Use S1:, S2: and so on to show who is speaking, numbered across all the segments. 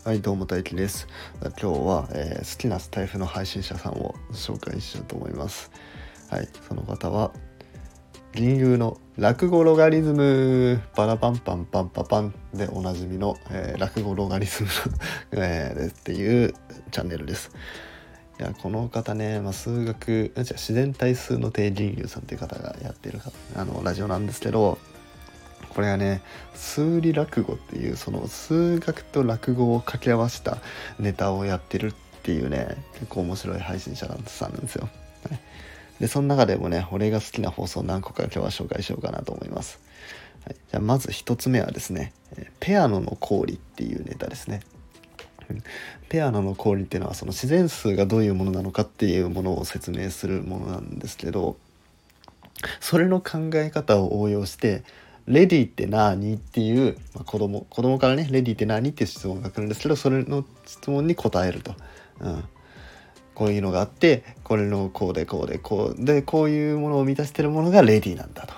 S1: はい、どうも大輝です。今日は、好きなスタイフの配信者さんを紹介しようと思います。はい、その方は銀融の落語ロガリズムパラパンパンパンパパンでおなじみの、落語ロガリズムの、っていうチャンネルです。いやこの方ね、数学自然対数の定銀融さんっていう方がやっているラジオなんですけど、これはね、数理落語っていうその数学と落語を掛け合わせたネタをやってるっていうね、結構面白い配信者さんなんですよ。はい、でその中でもね、俺が好きな放送何個か今日は紹介しようかなと思います。はい、じゃあまず一つ目はですね、ペアノの公理っていうネタですね。ペアノの公理っていうのはその自然数がどういうものなのかっていうものを説明するものなんですけど、それの考え方を応用してレディって何っていう、子供からね、レディって何っていう質問が来るんですけど、それの質問に答えると、こういうのがあって、これのこうでこうでこうでこういうものを満たしてるものがレディなんだと、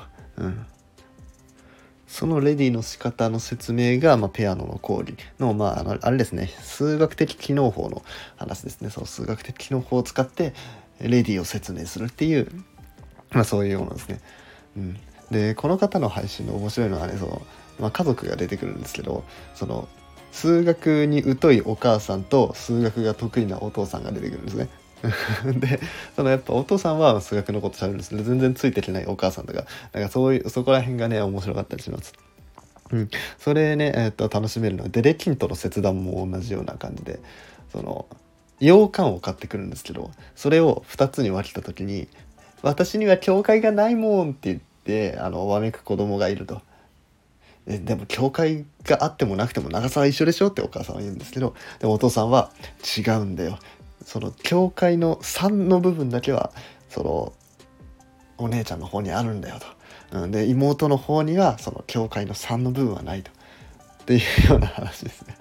S1: そのレディの仕方の説明が、ペアノの公理の、あれですね、数学的機能法の話ですね。その数学的機能法を使ってレディを説明するっていう、そういうものですね。でこの方の配信の面白いのはね、家族が出てくるんですけど、その数学に疎いお母さんと数学が得意なお父さんが出てくるんですね。でやっぱお父さんは数学のこと喋るんですけど、全然ついてきないお母さんとか、そこら辺がね面白かったりします。それね、楽しめるのはデレキントの切断も同じような感じで、羊羹を買ってくるんですけど、それを2つに分けた時に、私には境界がないもんって言ってわめく子供がいると。でも境界があってもなくても長さは一緒でしょってお母さんは言うんですけど、でもお父さんは違うんだよ、その境界の3の部分だけはお姉ちゃんの方にあるんだよと、で妹の方にはその境界の3の部分はないとっていうような話ですね。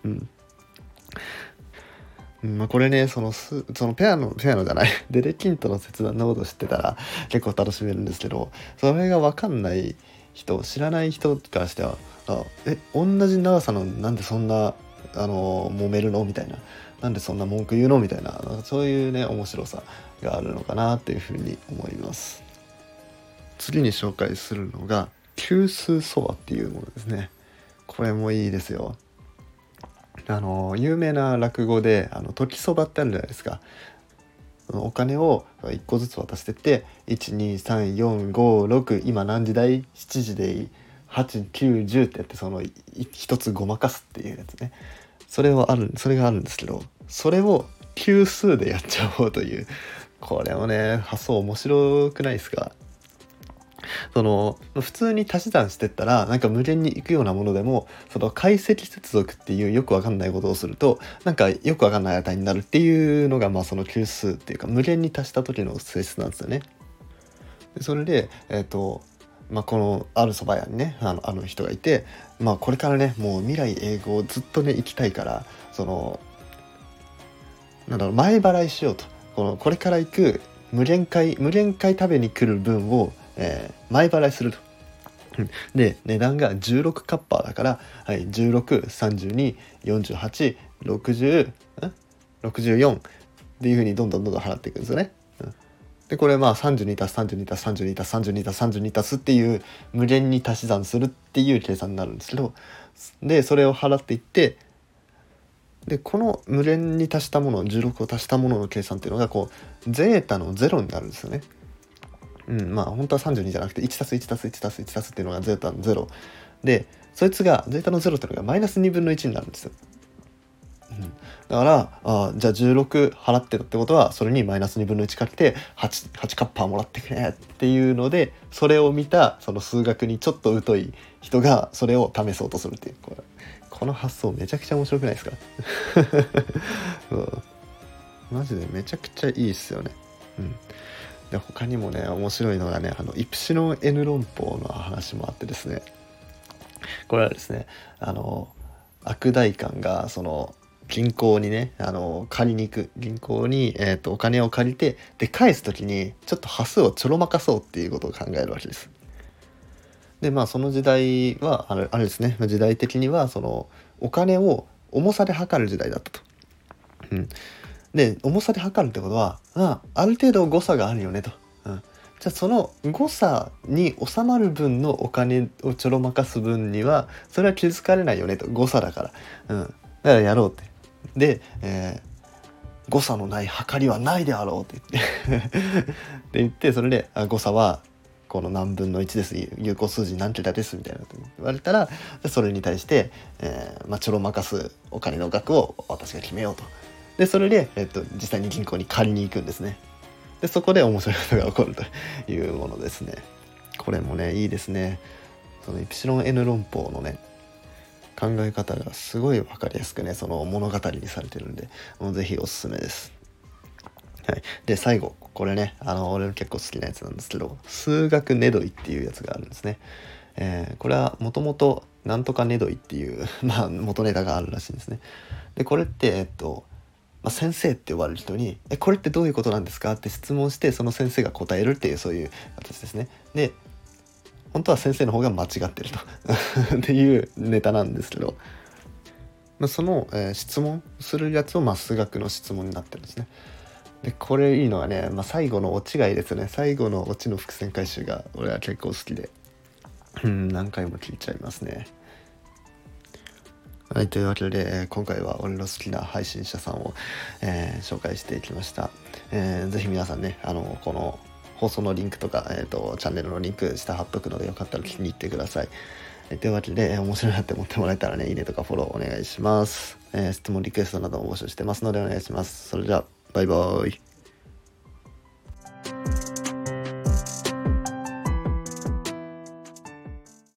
S1: これね、そのペアノじゃないデレキントの切断のことを知ってたら結構楽しめるんですけど、それが分かんない人、知らない人からしては、同じ長さのなんでそんな揉めるのみたいな、なんでそんな文句言うのみたいな、そういうね面白さがあるのかなっていうふうに思います。次に紹介するのが九数そばっていうものですね。これもいいですよ。有名な落語で時そばってあるじゃないですか。お金を1個ずつ渡してって、12345今何時だい、7時でいい、8、9、10ってやって、一つごまかすっていうやつね。それがあるんですけど、それを奇数でやっちゃおうという、これもね発想面白くないですか。普通に足し算してったらなんか無限にいくようなものでも、解積接続っていうよくわかんないことをするとなんかよくわかんない値になるっていうのが、その級数っていうか無限に足した時の性質なんですよね。でそれでこのある蕎麦屋にね、あの人がいて、これからねもう未来永劫ずっとね行きたいから、前払いしようと、これから行く無限回食べに来る分を、前払いすると。で値段が16カッパーだから、1632486064っていう風にどんどん払っていくんですよね。でこれ32足す32足す32足す32足す32足すっていう無限に足し算するっていう計算になるんですけど、でそれを払っていって、でこの無限に足したもの、16を足したものの計算っていうのがゼータの0になるんですよね。本当は32じゃなくて 1+1+1+1+ っていうのがゼータの0で、そいつがゼータの0っていうのがマイナス2分の1になるんですよ。だからじゃあ16払ってたってことは、それにマイナス2分の1かけて 8カッパーもらってくれっていうので、それを見たその数学にちょっと疎い人がそれを試そうとするっていう、この発想めちゃくちゃ面白くないですか。マジでめちゃくちゃいいっすよね。で他にもね面白いのがね、イプシロン N 論法の話もあってですね、これはですね、悪代官が銀行にね、借りに行く銀行に、お金を借りて、で返す時にちょっと端数をちょろまかそうっていうことを考えるわけです。でその時代はあれですね、時代的にはお金を重さで測る時代だったと。で重さで測るってことは、ある程度誤差があるよねと。じゃあその誤差に収まる分のお金をちょろまかす分にはそれは気づかれないよねと。誤差だから、だからやろうって。で、誤差のない測りはないであろうって言ってで言って、それで誤差はこの何分の1です、有効数字何桁ですみたいなこと言われたら、それに対して、ちょろまかすお金の額を私が決めようと。でそれで、実際に銀行に借りに行くんですね。でそこで面白いことが起こるというものですね。これもねいいですね。そのイプシロン N 論法のね考え方がすごい分かりやすくね、その物語にされてるんで、もうぜひおすすめです。はい、で最後これね、俺の結構好きなやつなんですけど、数学ネドイっていうやつがあるんですね。これはもともとなんとかネドイっていう元ネタがあるらしいんですね。でこれって先生って呼ばれる人にこれってどういうことなんですかって質問して、その先生が答えるっていう、そういう形ですね。で本当は先生の方が間違ってるとっていうネタなんですけど、その、質問するやつを数学の質問になってるんですね。でこれいいのはね、最後のオチがいいですよね。最後のオチの伏線回収が俺は結構好きで何回も聞いちゃいますね。はい、というわけで、今回は俺の好きな配信者さんを、紹介していきました。ぜひ皆さんね、この放送のリンクとか、チャンネルのリンク下貼っとくのでよかったら気に入ってください。というわけで、面白いなって思ってもらえたらね、いいねとかフォローお願いします。質問リクエストなども募集してますのでお願いします。それじゃあバイバーイ。